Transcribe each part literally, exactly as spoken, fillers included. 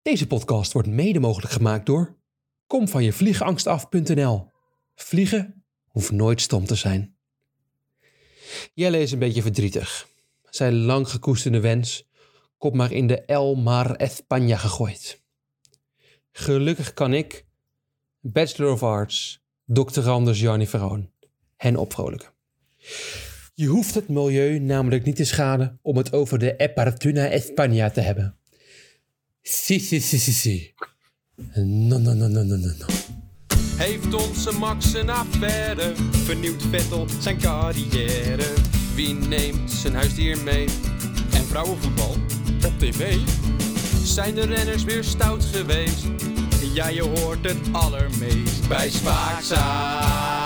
Deze podcast wordt mede mogelijk gemaakt door kom van je vliegangst af punt n l. Vliegen hoeft nooit stom te zijn. Jelle is een beetje verdrietig. Zijn lang gekoesterde wens komt maar in de El Mar España gegooid. Gelukkig kan ik, Bachelor of Arts, doctorandus Jarny Verhoon, hen opvrolijken. Je hoeft het milieu namelijk niet te schaden om het over de Epartuna España te hebben. Si, si, si, si, si. No, no, no, no, no, no. Heeft onze Max een affaire? Vernieuwt Vettel zijn carrière? Wie neemt zijn huisdier mee? En vrouwenvoetbal op tv? Zijn de renners weer stout geweest? Ja, je hoort het allermeest bij Spaakza.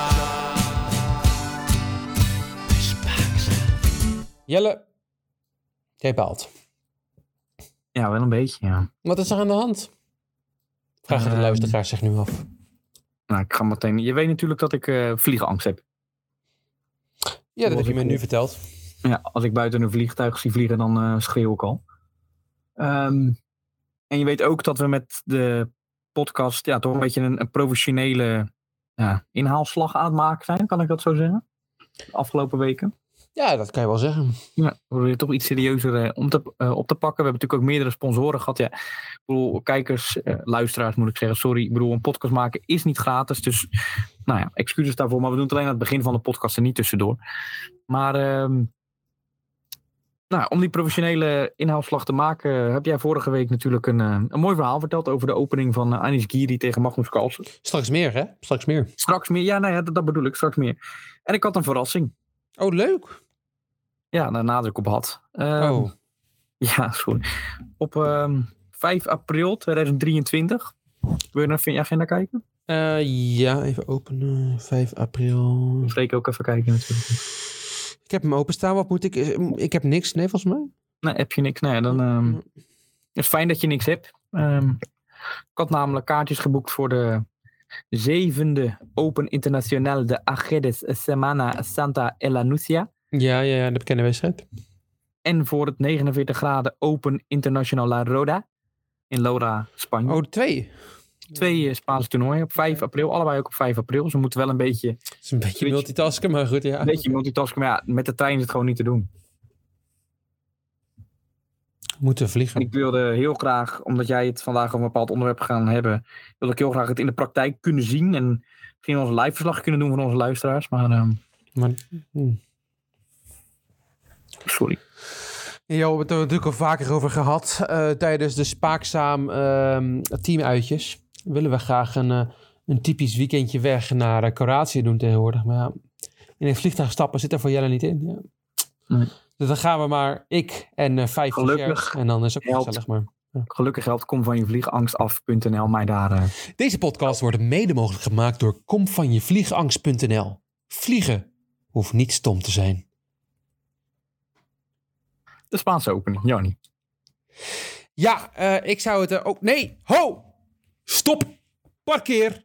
Jelle, jij baalt. Ja, wel een beetje, ja. Wat is er aan de hand? Vragen de Uh, luisteraars zich nu af. Nou, ik ga meteen... Je weet natuurlijk dat ik uh, vliegenangst heb. Ja, dat heb je ik me nu hoor. verteld. Ja, als ik buiten een vliegtuig zie vliegen, dan uh, schreeuw ik al. Um, en je weet ook dat we met de podcast ja, toch een beetje een, een professionele ja, inhaalslag aan het maken zijn. Kan ik dat zo zeggen? De afgelopen weken. Ja, dat kan je wel zeggen. Ja, we proberen toch iets serieuzer uh, om te, uh, op te pakken. We hebben natuurlijk ook meerdere sponsoren gehad. Ja, ik bedoel, kijkers, uh, luisteraars moet ik zeggen. Sorry, ik bedoel, een podcast maken is niet gratis. Dus, nou ja, excuses daarvoor. Maar we doen het alleen aan het begin van de podcast en niet tussendoor. Maar, uh, nou, om die professionele inhaalslag te maken, heb jij vorige week natuurlijk een, uh, een mooi verhaal verteld over de opening van uh, Anish Giri tegen Magnus Carlsen. Straks meer, hè? Straks meer. Straks meer, ja, nou ja, dat, dat bedoel ik, straks meer. En ik had een verrassing. Oh, leuk. Ja, daar nadruk op had. Um, Oh. Ja, sorry. Op um, vijf april tweeduizend drieëntwintig. Wil je naar je agenda kijken? Uh, ja, even openen. vijf april. Freek ook even kijken natuurlijk. Ik heb hem openstaan. Wat moet ik? Ik heb niks. Nee, volgens mij. Nee, heb je niks? Nee, dan um, het is fijn dat je niks hebt. Um, ik had namelijk kaartjes geboekt voor de zevende Open Internacional de Ajedez Semana Santa El Anuncia. Ja, ja, ja, de bekende wedstrijd. En voor het negenenveertig graden Open International La Roda in Lora, Spanje. Oh, twee. Twee uh, Spaanse toernooien op vijf april. Allebei ook op vijf april. Dus we moeten wel een beetje... Het is een beetje multitasken, maar goed, ja. Een beetje multitasken. Maar ja, met de trein is het gewoon niet te doen. Moeten vliegen. Ik wilde heel graag, omdat jij het vandaag over een bepaald onderwerp gaan hebben, wilde ik heel graag het in de praktijk kunnen zien. En misschien onze live verslag kunnen doen van onze luisteraars. Maar, um, maar hm. sorry. Ja, we hebben het er natuurlijk al vaker over gehad. Uh, tijdens de Spaakzaam uh, teamuitjes willen we graag een, uh, een typisch weekendje weg naar uh, Kroatië doen tegenwoordig. Maar ja, in een vliegtuig stappen zit er voor Jelle niet in. Ja. Nee. Dus dan gaan we maar ik en uh, vijf Gelukkig en dan is het ook helpt, gezellig. Maar, ja. Gelukkig helpt kom van je vliegangst af punt n l mij daar... Uh... Deze podcast wordt mede mogelijk gemaakt door kom van je vliegangst punt n l. Vliegen hoeft niet stom te zijn. De Spaanse opening, Jarny. Ja, uh, ik zou het... Uh, oh, nee, ho! Stop! Parkeer!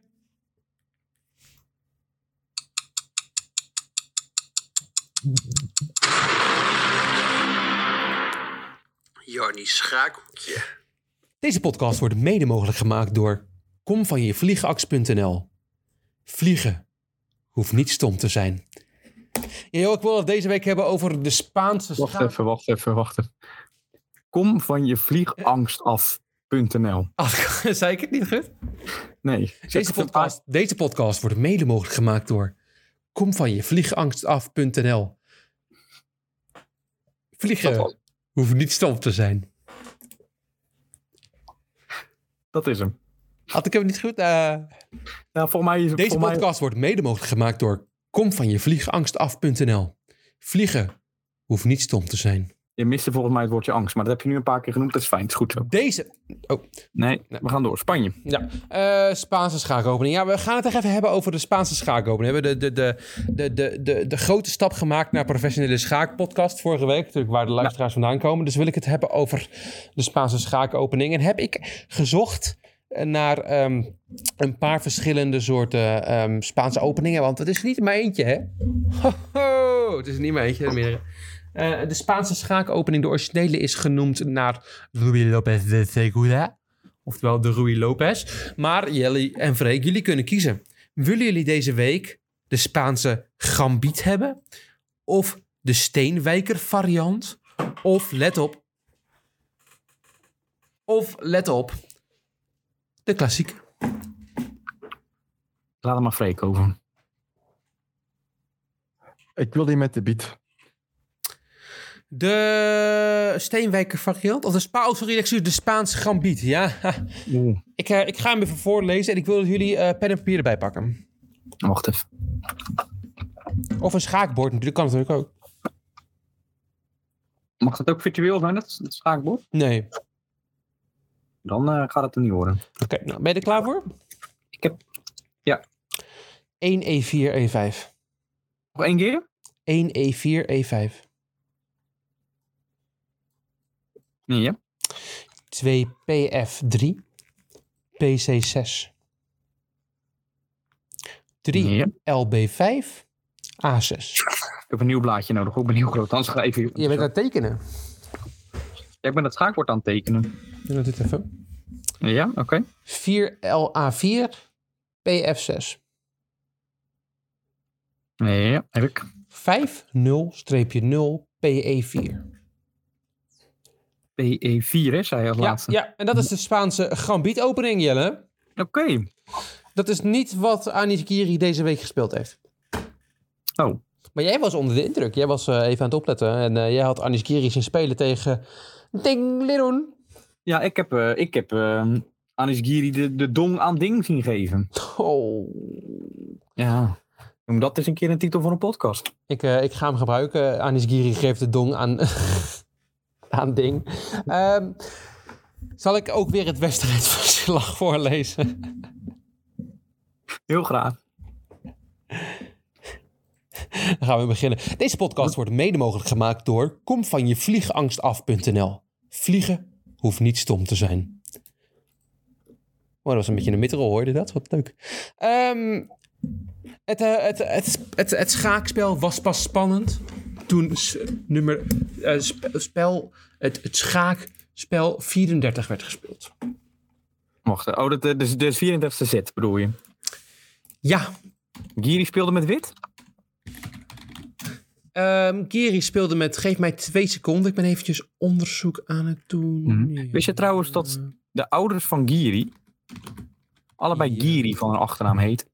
Jarny Schakeltje. Deze podcast wordt mede mogelijk gemaakt door kom van je vliegangst punt n l. Vliegen hoeft niet stom te zijn. Ja, joh, ik wil het deze week hebben over de Spaanse Wacht schaak... even, wacht even, wacht even. Kom van je vliegangst af punt n l. Ah, zei ik het niet goed? Nee. Deze podcast, deze podcast wordt mede mogelijk gemaakt door kom van je vliegangst af punt n l. Vliegen hoeft niet stom te zijn. Dat is hem. Had ik hem niet goed? Uh... Ja, volgens mij is het, Deze volgens podcast mij... wordt mede mogelijk gemaakt door kom van je vliegangst af punt n l. Vliegen hoeft niet stom te zijn. Je miste volgens mij het woordje angst, maar dat heb je nu een paar keer genoemd. Dat is fijn, het is goed zo. Deze... Oh. Nee, nee. We gaan door. Spanje. Ja, uh, Spaanse schaakopening. Ja, we gaan het echt even hebben over de Spaanse schaakopening. We hebben de, de, de, de, de, de grote stap gemaakt naar professionele schaakpodcast vorige week. Natuurlijk waar de luisteraars ja. vandaan komen. Dus wil ik het hebben over de Spaanse schaakopening. En heb ik gezocht naar um, een paar verschillende soorten um, Spaanse openingen. Want het is niet maar eentje, hè? Ho, ho, het is niet maar eentje, meerdere. Uh, de Spaanse schaakopening, de originele, is genoemd naar Luis López de Segura. Oftewel de Rui Lopez. Maar Jelle en Freek, jullie kunnen kiezen. Willen jullie deze week de Spaanse Gambit hebben? Of de Steenwijker variant? Of let op. Of let op. De klassieke. Laat hem maar Freek over. Ik wil die met de beat. De Steenwijker variant? Of de Spa... Oh, sorry, excuus, de Spaanse Gambit. Ja. ik, uh, ik ga hem even voorlezen en ik wil dat jullie uh, pen en papier erbij pakken. Wacht even. Of een schaakbord, natuurlijk kan het natuurlijk ook. Mag dat ook virtueel zijn, het, het schaakbord? Nee. Dan uh, gaat het er niet worden. Oké, okay, nou, ben je er klaar voor? Ik heb... Ja. één E vier E vijf. Nog één keer? één E vier E vijf. Ja. twee P F drie. P C zes. drie Ja. L B vijf. A zes. Ik heb een nieuw blaadje nodig, ook een heel groot. Anders ga ik even... Je bent aan het tekenen. Ja, ik ben het schaakbord aan het tekenen. Doe dit even. Ja, oké. Okay. vier L A vier. P F zes. Ja, heb ik. vijf nul nul P E vier. P E vier, hè, zei je als ja, laatste. Ja, en dat is de Spaanse Gambit-opening, Jelle. Oké. Okay. Dat is niet wat Anish Giri deze week gespeeld heeft. Oh. Maar jij was onder de indruk. Jij was uh, even aan het opletten. En uh, jij had Anish Giri zien spelen tegen Ding Liron. Ja, ik heb, uh, ik heb uh, Anish Giri de, de dong aan Ding zien geven. Oh. Ja. Noem dat is een keer een titel voor een podcast. Ik, uh, ik ga hem gebruiken. Anish Giri geeft de dong aan, aan Ding. Um, zal ik ook weer het wedstrijdverslag voorlezen? Heel graag. Dan gaan we beginnen. Deze podcast wordt mede mogelijk gemaakt door kom van je vliegangstaf punt n l. Vliegen hoeft niet stom te zijn. Oh, dat was een beetje een mitterrol, hoorde je dat? Wat leuk. Um, het, uh, het, het, het, het schaakspel was pas spannend toen s- nummer, uh, sp- spel, het, het schaakspel vierendertig werd gespeeld. Wacht, oh, de, de, de vierendertigste zet bedoel je? Ja. Giri speelde met wit? Um, Giri speelde met, geef mij twee seconden. Ik ben eventjes onderzoek aan het doen. Mm-hmm. Ja. Wist je trouwens dat de ouders van Giri allebei ja. Giri van hun achternaam heet?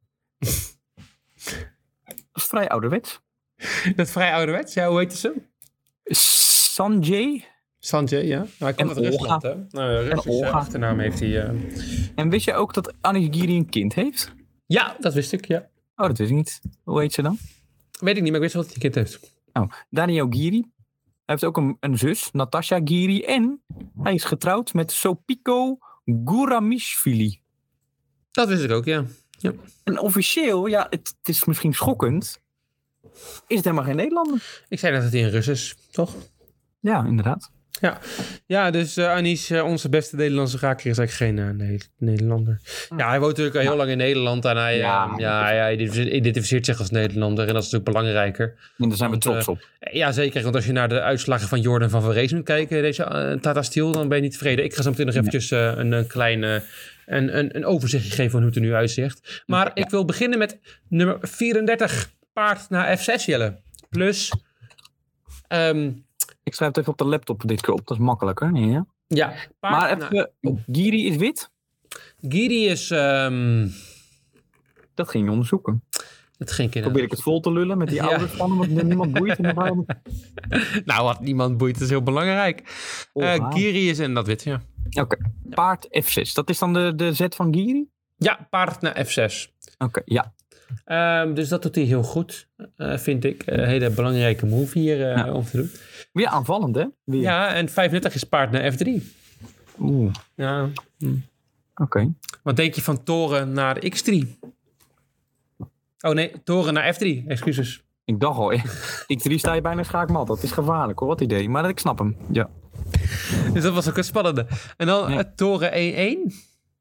Dat is vrij ouderwets. Dat is vrij ouderwets? Ja, hoe heet ze? Sanjay. Sanjay, ja. Nou, hij komt uit Rusland, hè? Nou, Russische achternaam heeft hij. Uh... En wist je ook dat Anish Giri een kind heeft? Ja, dat wist ik, ja. Oh, dat wist ik niet. Hoe heet ze dan? Weet ik niet, maar ik wist wel dat hij een kind heeft. Oh, Daniel Giri. Hij heeft ook een, een zus, Natasha Giri. En hij is getrouwd met Sopiko Guramishvili. Dat wist ik ook, ja. ja. En officieel, ja, het, het is misschien schokkend, is het helemaal geen Nederlander. Ik zei net dat hij een Rus is, toch? Ja, inderdaad. Ja, ja dus uh, Anish, uh, onze beste Nederlandse raker, is eigenlijk geen uh, ne- Nederlander. Ja, hij woont natuurlijk al heel ja. lang in Nederland en hij, ja, uh, ja, hij identificeert zich als Nederlander en dat is natuurlijk belangrijker. En daar zijn want, we trots uh, op. Ja, zeker. Want als je naar de uitslagen van Jordan van Van Rees moet kijken, deze uh, Tata Steel, dan ben je niet tevreden. Ik ga zo meteen nog eventjes uh, een, een klein uh, een, een, een overzichtje geven van hoe het er nu uitziet. Maar ja. ik wil beginnen met nummer vierendertig, paard naar F zes, Jelle. Plus... Um, Ik schrijf het even op de laptop dit keer op. Dat is makkelijker. Ja, ja maar even, nou, Giri is wit? Giri is... Um... Dat ging je onderzoeken. Dat ging ik Probeer ik het vol te lullen met die ja. ouders van hem, want niemand boeit. Nou, wat niemand boeit, dat is heel belangrijk. Oh, uh, Giri is in dat wit, ja. Oké, okay. Paard F zes. Dat is dan de, de zet van Giri? Ja, paard naar F zes. Oké, okay, ja. Um, dus dat doet hij heel goed, uh, vind ik. Een hele belangrijke move hier uh, ja. om te doen. Weer aanvallend, hè? Weer. Ja, en vijfendertig is paard naar F drie. Oeh. Ja. Hm. Oké. Okay. Wat denk je van toren naar X drie? Oh nee, toren naar F drie, excuses. Ik dacht al, X drie sta je bijna schaakmat. Dat is gevaarlijk hoor, wat idee. Maar ik snap hem, ja. Dus dat was ook een spannende. En dan ja. toren E één.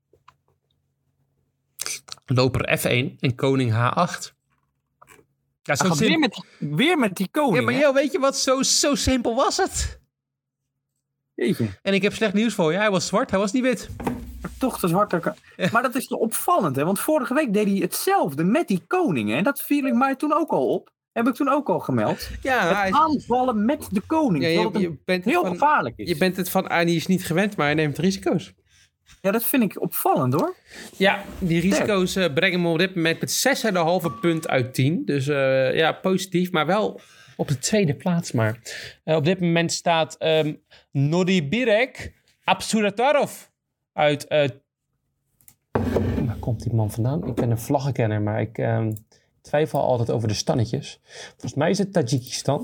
Loper F één en koning H acht. Ja, zo sim- weer, met, weer met die koning. Ja, maar joh, weet je wat? Zo, zo simpel was het. Even. En ik heb slecht nieuws voor je. Hij was zwart, hij was niet wit. Maar toch de zwarte... Maar dat is toch opvallend, hè? Want vorige week deed hij hetzelfde met die koningen. En dat viel ik mij toen ook al op. Heb ik toen ook al gemeld. Ja, het hij... aanvallen met de koning. Ja, je, dat het je bent heel van, gevaarlijk is. Je bent het van Anies niet gewend, maar hij neemt risico's. Ja, dat vind ik opvallend, hoor. Ja, die risico's uh, brengen me op dit moment met zes komma vijf punt uit tien. Dus uh, ja, positief, maar wel op de tweede plaats maar. Uh, op dit moment staat um, Nodibirek Absuratarov uit... Uh... Waar komt die man vandaan? Ik ben een vlaggenkenner, maar ik uh, twijfel altijd over de stannetjes. Volgens mij is het Tajikistan.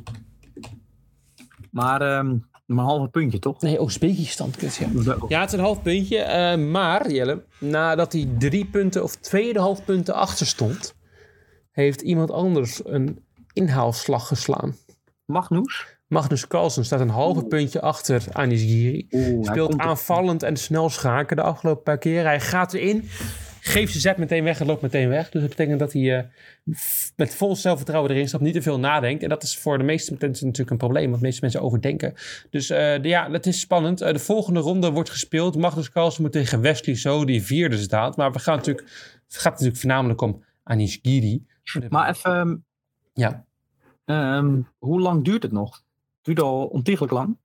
Maar... Um... Maar een halve puntje, toch? Nee, Oezbekistan. Ja. ja, het is een half puntje. Uh, maar, Jelle, nadat hij drie punten of tweeënhalf punten achter stond, heeft iemand anders een inhaalslag geslaan. Magnus? Magnus Carlsen staat een halve Oeh. puntje achter Anish Giri. Oeh, Speelt aanvallend en snel schaken de afgelopen paar keer. Hij gaat erin, geeft zijn zet meteen weg en loopt meteen weg. Dus dat betekent dat hij uh, met vol zelfvertrouwen erin stapt, niet te veel nadenkt. En dat is voor de meeste mensen natuurlijk een probleem, want de meeste mensen overdenken. Dus uh, de, ja, het is spannend. Uh, de volgende ronde wordt gespeeld. Magnus Carlsen moet tegen Wesley So, die vierde staat. Maar we gaan natuurlijk, het gaat natuurlijk voornamelijk om Anish Giri. Maar even... Um, ja. Um, hoe lang duurt het nog? Het duurt al ontiegelijk lang.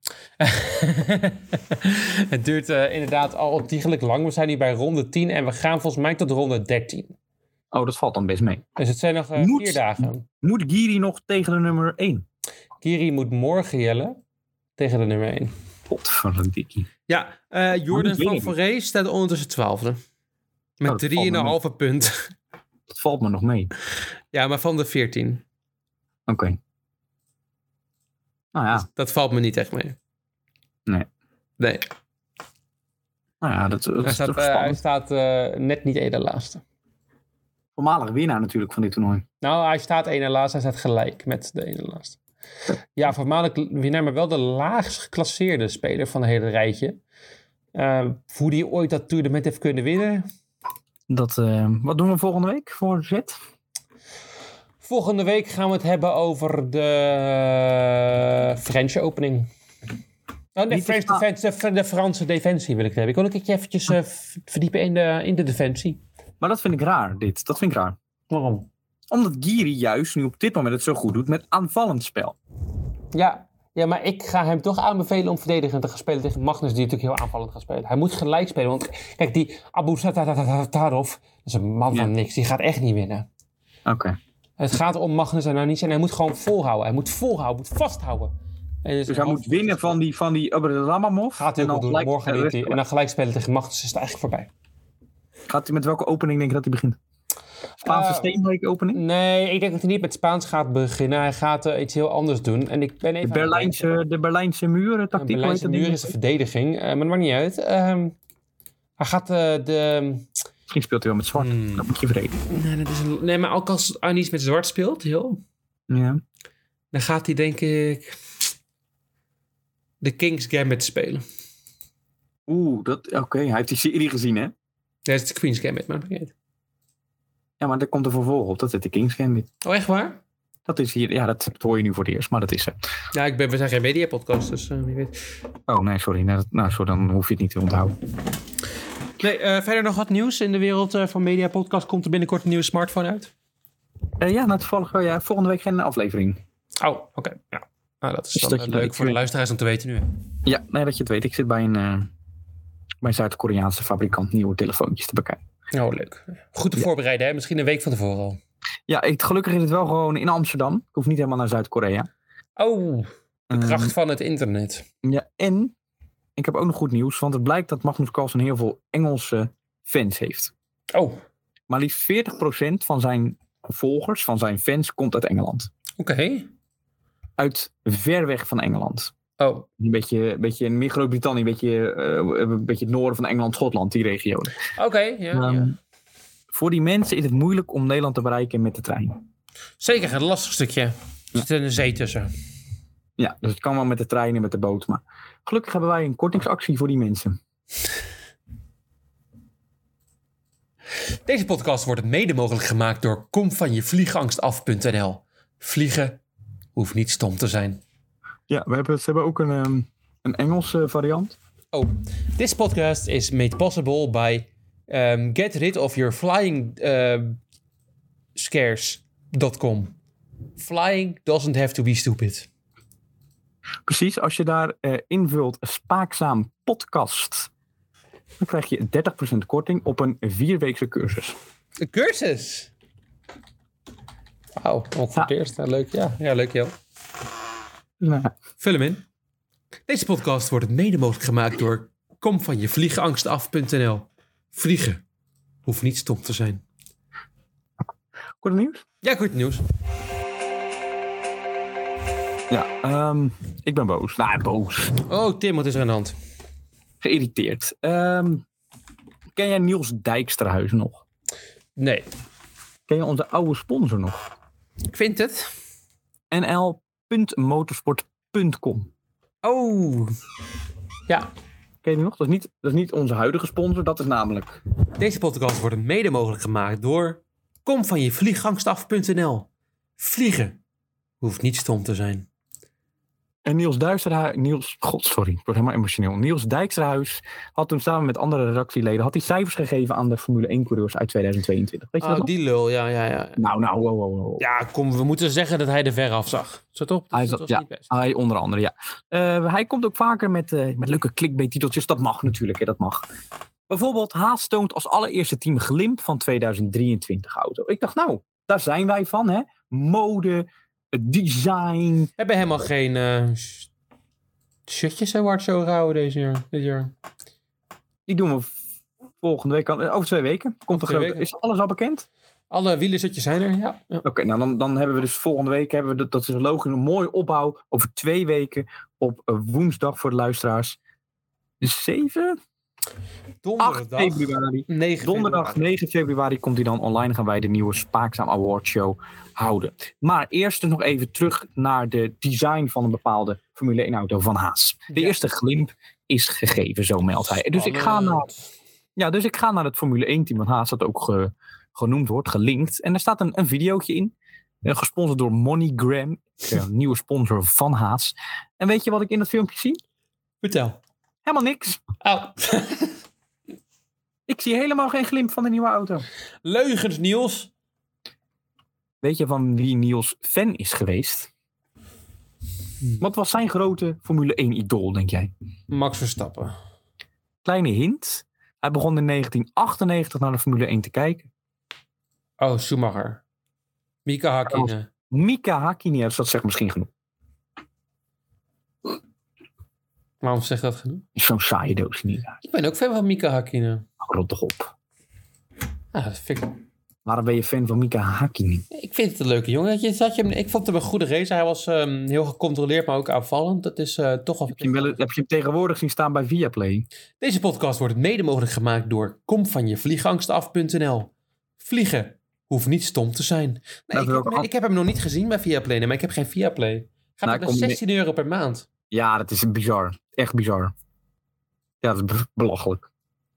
Het duurt uh, inderdaad al ontiegelijk lang. We zijn nu bij ronde tien en we gaan volgens mij tot ronde dertien. Oh, dat valt dan best mee. Dus het zijn nog uh, moet, vier dagen. Moet Giri nog tegen de nummer één? Giri moet morgen, Jelle, tegen de nummer één. Potverdikkie. Ja, uh, Jordan van Forest staat ondertussen twaalfde. Met drie komma vijf punt. Dat valt me nog mee. Ja, maar van de veertien. Oké. Okay. Nou ja. Dus dat valt me niet echt mee. Nee. Nee. Nou ja, dat, dat hij is staat, toch uh, spannend. Hij staat uh, net niet één de laatste. Voormalige winnaar natuurlijk van dit toernooi. Nou, hij staat één de laatste. Hij staat gelijk met de ene laatste. Ja, voormalig winnaar, maar wel de laagst geclasseerde speler van het hele rijtje. Uh, hoe die ooit dat toernooi heeft kunnen winnen. Dat, uh, wat doen we volgende week voor Zet? Volgende week gaan we het hebben over de French opening. Oh, de, French defense, de, de Franse defensie wil ik het hebben. Ik wil een keertje eventjes uh, verdiepen in de, in de defensie. Maar dat vind ik raar, dit. Dat vind ik raar. Waarom? Omdat Giri juist nu op dit moment het zo goed doet met aanvallend spel. Ja, ja, maar ik ga hem toch aanbevelen om verdedigend te gaan spelen tegen Magnus, die natuurlijk heel aanvallend gaat spelen. Hij moet gelijk spelen, want kijk, die Absuratarov, dat is een man van ja. niks. Die gaat echt niet winnen. Oké. Okay. Het gaat om Magnus en Anish en hij moet gewoon volhouden. Hij moet volhouden, moet vasthouden. En dus, dus hij moet winnen van die, van die Abramov. Gaat hij ook doen. Morgen wint hij. En dan gelijk spelen tegen Magnus is het eigenlijk voorbij. Gaat hij met welke opening denk je dat hij begint? Spaanse uh, steenbreek opening? Nee, ik denk dat hij niet met Spaans gaat beginnen. Hij gaat uh, iets heel anders doen. En ik ben even de, Berlijnse, de Berlijnse muur tactiek. De Berlijnse muur is de verdediging. Uh, maar dat maakt niet uit. Uh, hij gaat uh, de... Misschien speelt hij wel met zwart. Hmm. Dat moet je vreden. Nee, dat is een... nee, maar ook als Anish met zwart speelt, heel, ja. dan gaat hij denk ik de King's Gambit spelen. Oeh, dat... oké. Okay. Hij heeft die serie gezien, hè? Dat is de Queen's Gambit, maar niet. Ja, maar daar komt er vervolg op. Dat is de King's Gambit. Oh, echt waar? Dat is hier... Ja, dat hoor je nu voor het eerst, maar dat is... Uh... Ja, ik ben, we zijn geen media-podcast, dus uh, wie weet. Oh, nee, sorry. Nou, nou, sorry, dan hoef je het niet te onthouden. Nee, uh, verder nog wat nieuws in de wereld uh, van Media Podcast. Komt er binnenkort een nieuwe smartphone uit? Uh, ja, nou toevallig wel. Ja, volgende week geen aflevering. Oh, oké. Okay. Ja. Nou, dat is dus dan dat uh, leuk voor de luisteraars om te weten nu. Hè? Ja, nee, dat je het weet. Ik zit bij een, uh, bij een Zuid-Koreaanse fabrikant nieuwe telefoontjes te bekijken. Oh, leuk. Goed te ja. voorbereiden, hè? Misschien een week van tevoren al. Ja, ik, gelukkig is het wel gewoon in Amsterdam. Ik hoef niet helemaal naar Zuid-Korea. Oh, de kracht um, van het internet. Ja, en... ik heb ook nog goed nieuws, want het blijkt dat Magnus Carlsen heel veel Engelse fans heeft. Oh. Maar liefst veertig procent van zijn volgers, van zijn fans, komt uit Engeland. Oké. Okay. Uit ver weg van Engeland. Oh. Een beetje, een beetje meer Groot-Brittannië, een beetje, uh, een beetje het noorden van Engeland, Schotland, die regio. Oké, okay, ja, um, ja. Voor die mensen is het moeilijk om Nederland te bereiken met de trein. Zeker, een lastig stukje. Er zit een zee tussen. Ja, dus het kan wel met de trein en met de boot. Maar gelukkig hebben wij een kortingsactie voor die mensen. Deze podcast wordt mede mogelijk gemaakt door kom van je vliegangstaf punt n l. Vliegen hoeft niet stom te zijn. Ja, we hebben, ze hebben ook een, um, een Engelse variant. Oh, this podcast is made possible by um, get rid of your flying uh, scares dot com. Flying doesn't have to be stupid. Precies, als je daar uh, invult Spaakzaam podcast, dan krijg je dertig procent korting op een vierweekse cursus. Een cursus? Wauw, ook voor het eerst. Ja, leuk, ja. Ja, leuk, joh. Nou, Vul hem in. Deze podcast wordt mede mogelijk gemaakt door kom van je vliegenangst af punt n l. Vliegen hoeft niet stom te zijn. kort nieuws? Ja, kort nieuws. Ja, um, ik ben boos. Nou, boos. Oh, Tim, wat is er aan de hand? Geïrriteerd. Um, ken jij Niels Dijksterhuis nog? Nee. Ken je onze oude sponsor nog? Ik vind het. N L punt motorsport punt com. Oh. Ja. Ken je die nog? Dat is, niet, dat is niet onze huidige sponsor. Dat is namelijk... Deze podcast wordt mede mogelijk gemaakt door kom van je vliegangst af punt n l. Vliegen hoeft niet stom te zijn. En Niels Dijksterhuis... Niels... God, sorry. Ik word helemaal emotioneel. Niels Dijksterhuis had toen samen met andere redactieleden... had hij cijfers gegeven aan de Formule één-coureurs uit tweeduizend tweeëntwintig. Weet je Oh, dat nog? die lul. Ja, ja, ja. Nou, nou, wow, wow, wow. Ja, kom, we moeten zeggen dat hij er ver af zag. Zo toch? Hij, Dat zat, was ja, niet best. hij onder andere, ja. Uh, hij komt ook vaker met, uh, met leuke clickbait-titeltjes. Dat mag natuurlijk, hè, dat mag. Bijvoorbeeld, Haas toont als allereerste team glimp van tweeduizend drieëntwintig auto. Ik dacht, nou, daar zijn wij van, hè. Mode, het design. We hebben helemaal geen uh, shirtjes award show gehouden deze jaar, dit jaar. Die doen we volgende week, over twee weken. Komt Over er twee grote, weken. is alles al bekend? Alle wielershirtjes zijn er, ja. ja. Oké, okay, nou dan, dan hebben we dus volgende week, hebben we dat, dat is een logisch, een mooie opbouw over twee weken op uh, woensdag voor de luisteraars. zeven? acht februari. negen Donderdag februari. negen februari komt hij dan online. Gaan wij de nieuwe Spaakzaam Award Show houden. Maar eerst nog even terug naar de design van een bepaalde Formule één auto van Haas. De Ja. eerste glimp is gegeven, zo meldt hij. Dus ik, ga naar, ja, dus ik ga naar het Formule één team van Haas, dat ook ge, genoemd wordt, gelinkt. En er staat een, een videootje in. Uh, gesponsord door MoneyGram, een nieuwe sponsor van Haas. En weet je wat ik in dat filmpje zie? Vertel. Helemaal niks. Oh. Ik zie helemaal geen glimp van de nieuwe auto. Leugens, Niels. Weet je van wie Niels fan is geweest? Wat was zijn grote Formule één-idool, denk jij? Max Verstappen. Kleine hint. Hij begon in negentien achtennegentig naar de Formule één te kijken. Oh, Schumacher. Mika Hakkinen. Mika Hakkinen, dus dat zegt misschien genoeg. Waarom zeg je dat genoeg? Zo'n saaie doos niet. Ik ben ook fan van Mika Hakkinen. Rot toch op. Ah, dat vind ik... Waarom ben je fan van Mika Hakkinen? ik vind het een leuke jongen. Dat je, dat je hem, ik vond hem een goede racer. Hij was um, heel gecontroleerd, maar ook aanvallend. Dat is uh, toch al... Heb je, hem wel, heb je hem tegenwoordig zien staan bij Viaplay? Deze podcast wordt mede mogelijk gemaakt door kom van je vliegangst af punt n l. Vliegen hoeft niet stom te zijn. Nee, ik, heb, ook... ik heb hem nog niet gezien bij Viaplay, nee, maar ik heb geen Viaplay. Gaat Nou, nou, zestien euro per maand. Ja, dat is bizar. Echt bizar. Ja, dat is belachelijk.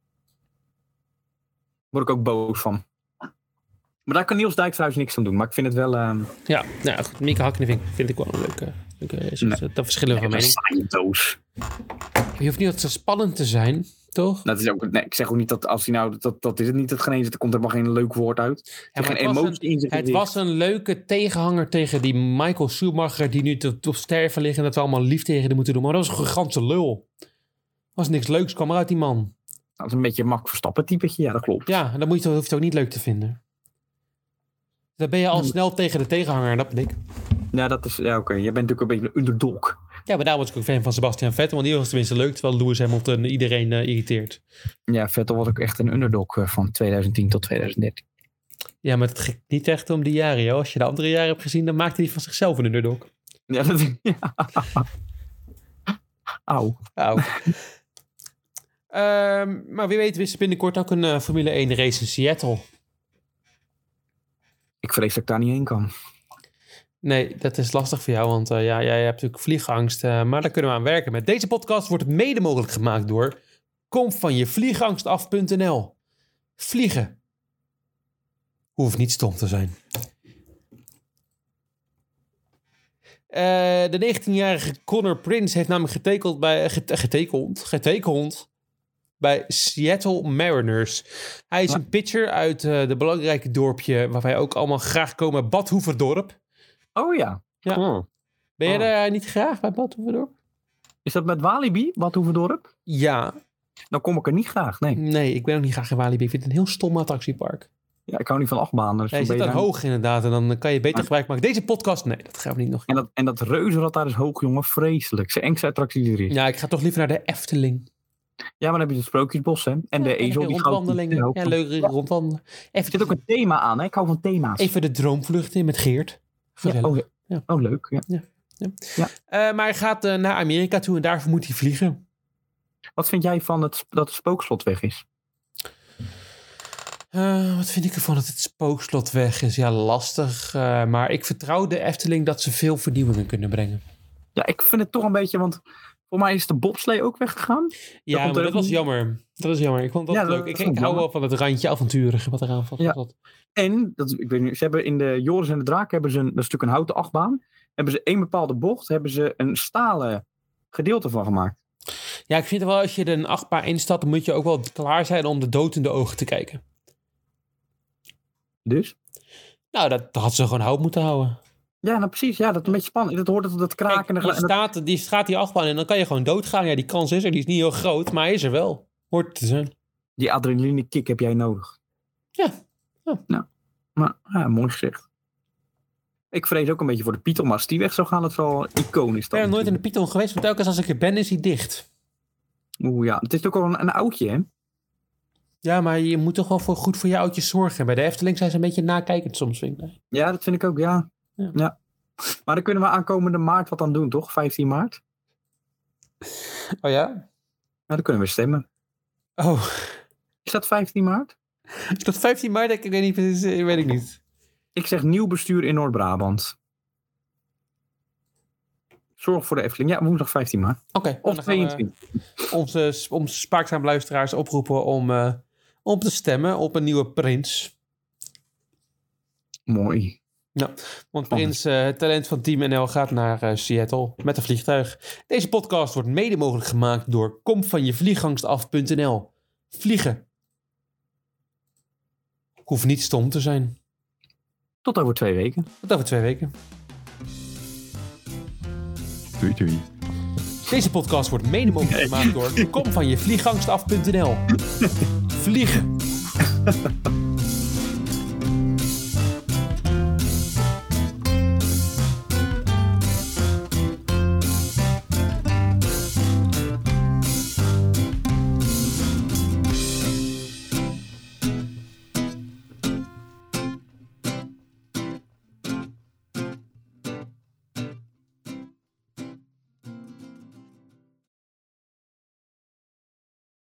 Word ik ook boos van. Maar daar kan Niels Dijksterhuis niks aan doen. Maar ik vind het wel... Uh... Ja, nou goed. Mika Hakkinen vind, vind ik wel een leuke... leuke racer. Nee. Dat verschillen we van Nee, mening. een saaie doos. Je hoeft niet altijd zo spannend te zijn, toch? Dat is ook, nee, ik zeg ook niet dat als hij nou... Dat, dat is het niet het genezen. Er komt helemaal geen leuk woord uit. Er Ja, zit maar geen het was emotie in zijn Het gezicht. was een leuke tegenhanger tegen die Michael Schumacher... die nu tot, tot sterven liggen... en dat we allemaal lief tegen hem moeten doen. Maar dat was een gigantische lul. Er was niks leuks, kwam er uit die man. Dat is een beetje een Max Verstappen typetje. Ja, dat klopt. Ja, en dan moet je, hoef je het ook niet leuk te vinden. Dan ben je al snel tegen de tegenhanger, dat ben ik. Ja, dat is... Ja, oké. Okay. Jij bent natuurlijk een beetje een underdog. Ja, maar daar was ik ook fan van Sebastian Vettel... want die was tenminste leuk... terwijl Lewis Hamilton iedereen uh, irriteert. Ja, Vettel was ook echt een underdog uh, van tweeduizend tien tot tweeduizend dertien. Ja, maar het ging niet echt om die jaren, joh. Als je de andere jaren hebt gezien... dan maakte hij van zichzelf een underdog. Ja, dat is... Ja. Auw. Auw. um, maar wie weet is er binnenkort ook een uh, Formule één race in Seattle. Ik vrees dat ik daar niet heen kan. Nee, dat is lastig voor jou, want uh, ja, jij hebt natuurlijk vliegangst. Uh, maar daar kunnen we aan werken. Met deze podcast wordt het mede mogelijk gemaakt door kom van je vliegangst af punt n l. Vliegen hoeft niet stom te zijn. de negentienjarige Connor Prince heeft namelijk getekend bij, get, getekend, getekend bij Seattle Mariners. Hij is ja. een pitcher uit uh, de belangrijke dorpje waar wij ook allemaal graag komen, Bad Hoeverdorp. Oh ja. ja. Oh. Ben jij oh. daar niet graag bij Bad Hoeverdorp? Is dat met Walibi, Bad Hoeverdorp? Ja. Dan kom ik er niet graag, nee. Nee, ik ben ook niet graag in Walibi. Ik vind het een heel stom attractiepark. Ja, ik hou niet van achtbanen. Dus ja, je zit dan hoog inderdaad en dan kan je beter ja. gebruik maken. Deze podcast, nee, dat gaan we niet nog. En dat, en dat reuzenrad daar is hoog, jongen, vreselijk. Zijn engste attractie die er is. Ja, ik ga toch liever naar de Efteling. Ja, maar dan heb je het Sprookjesbos, hè. En ja, de ezel die rondwandelingen. Ja, leuke ja. rondwandelen. Even, er zit ook een thema aan, hè. Ik hou van thema's. Even de droomvlucht in met Geert. Ja, oh, ja. oh, leuk. Ja. Ja. Ja. Ja. Uh, maar hij gaat uh, naar Amerika toe en daarvoor moet hij vliegen. Wat vind jij van het, dat het spookslot weg is? Uh, wat vind ik ervan dat het spookslot weg is? Ja, lastig. Uh, maar ik vertrouw de Efteling dat ze veel vernieuwingen kunnen brengen. Ja, ik vind het toch een beetje, want voor mij is de bobslee ook weggegaan. Ja, dat maar dat was jammer. Dat is jammer. Ik vond dat ja, leuk. Dat ik, ik hou wel van het randje avonturige wat eraan valt. Ja. En, dat, ik weet niet, ze hebben in de Joris en de Draak, hebben ze een, dat is natuurlijk een houten achtbaan, hebben ze één bepaalde bocht, hebben ze een stalen gedeelte van gemaakt. Ja, ik vind wel, als je er een achtbaan instapt, dan moet je ook wel klaar zijn om de dood in de ogen te kijken. Dus? Nou, dat, dat had ze gewoon hout moeten houden. Ja, nou precies. Ja, dat is een beetje spannend. Dat hoort dat, dat kraken. Kijk, je staat, die gaat die achtbaan en dan kan je gewoon doodgaan. Ja, die kans is er. Die is niet heel groot, maar hij is er wel. Hoort te zijn. Die adrenaline kick heb jij nodig. Ja. ja. Nou, maar, ja, mooi gezegd. Ik vrees ook een beetje voor de Python, maar als die weg zou gaan, dat is wel iconisch. Ik ben nooit in de Python geweest, want telkens als ik er ben, is hij dicht. Oeh ja, het is ook wel een, een oudje, hè? Ja, maar je moet toch wel voor, goed voor je oudjes zorgen. Bij de Efteling zijn ze een beetje nakijkend soms, vind ik. Ja, dat vind ik ook, ja. ja. ja. Maar dan kunnen we aankomende maart wat aan doen, toch? vijftien maart? Oh ja? Nou, dan kunnen we stemmen. Oh. Is dat vijftien maart? Is dat vijftien maart? Ik weet niet. Weet ik niet. Ik zeg nieuw bestuur in Noord-Brabant. Zorg voor de Efteling. Ja, woensdag vijftien maart. Oké. Okay, of tweeëntwintig. Onze, onze spaakzame luisteraars oproepen om, uh, om te stemmen op een nieuwe prins. Mooi. Ja, want Prins, uh, het talent van Team N L gaat naar uh, Seattle met een vliegtuig. Deze podcast wordt mede mogelijk gemaakt door kom van je vliegangst af punt n l. Vliegen. Hoeft niet stom te zijn. Tot over twee weken. Tot over twee weken. Doei doei. Deze podcast wordt mede mogelijk gemaakt door kom van je vliegangst af punt n l. Vliegen.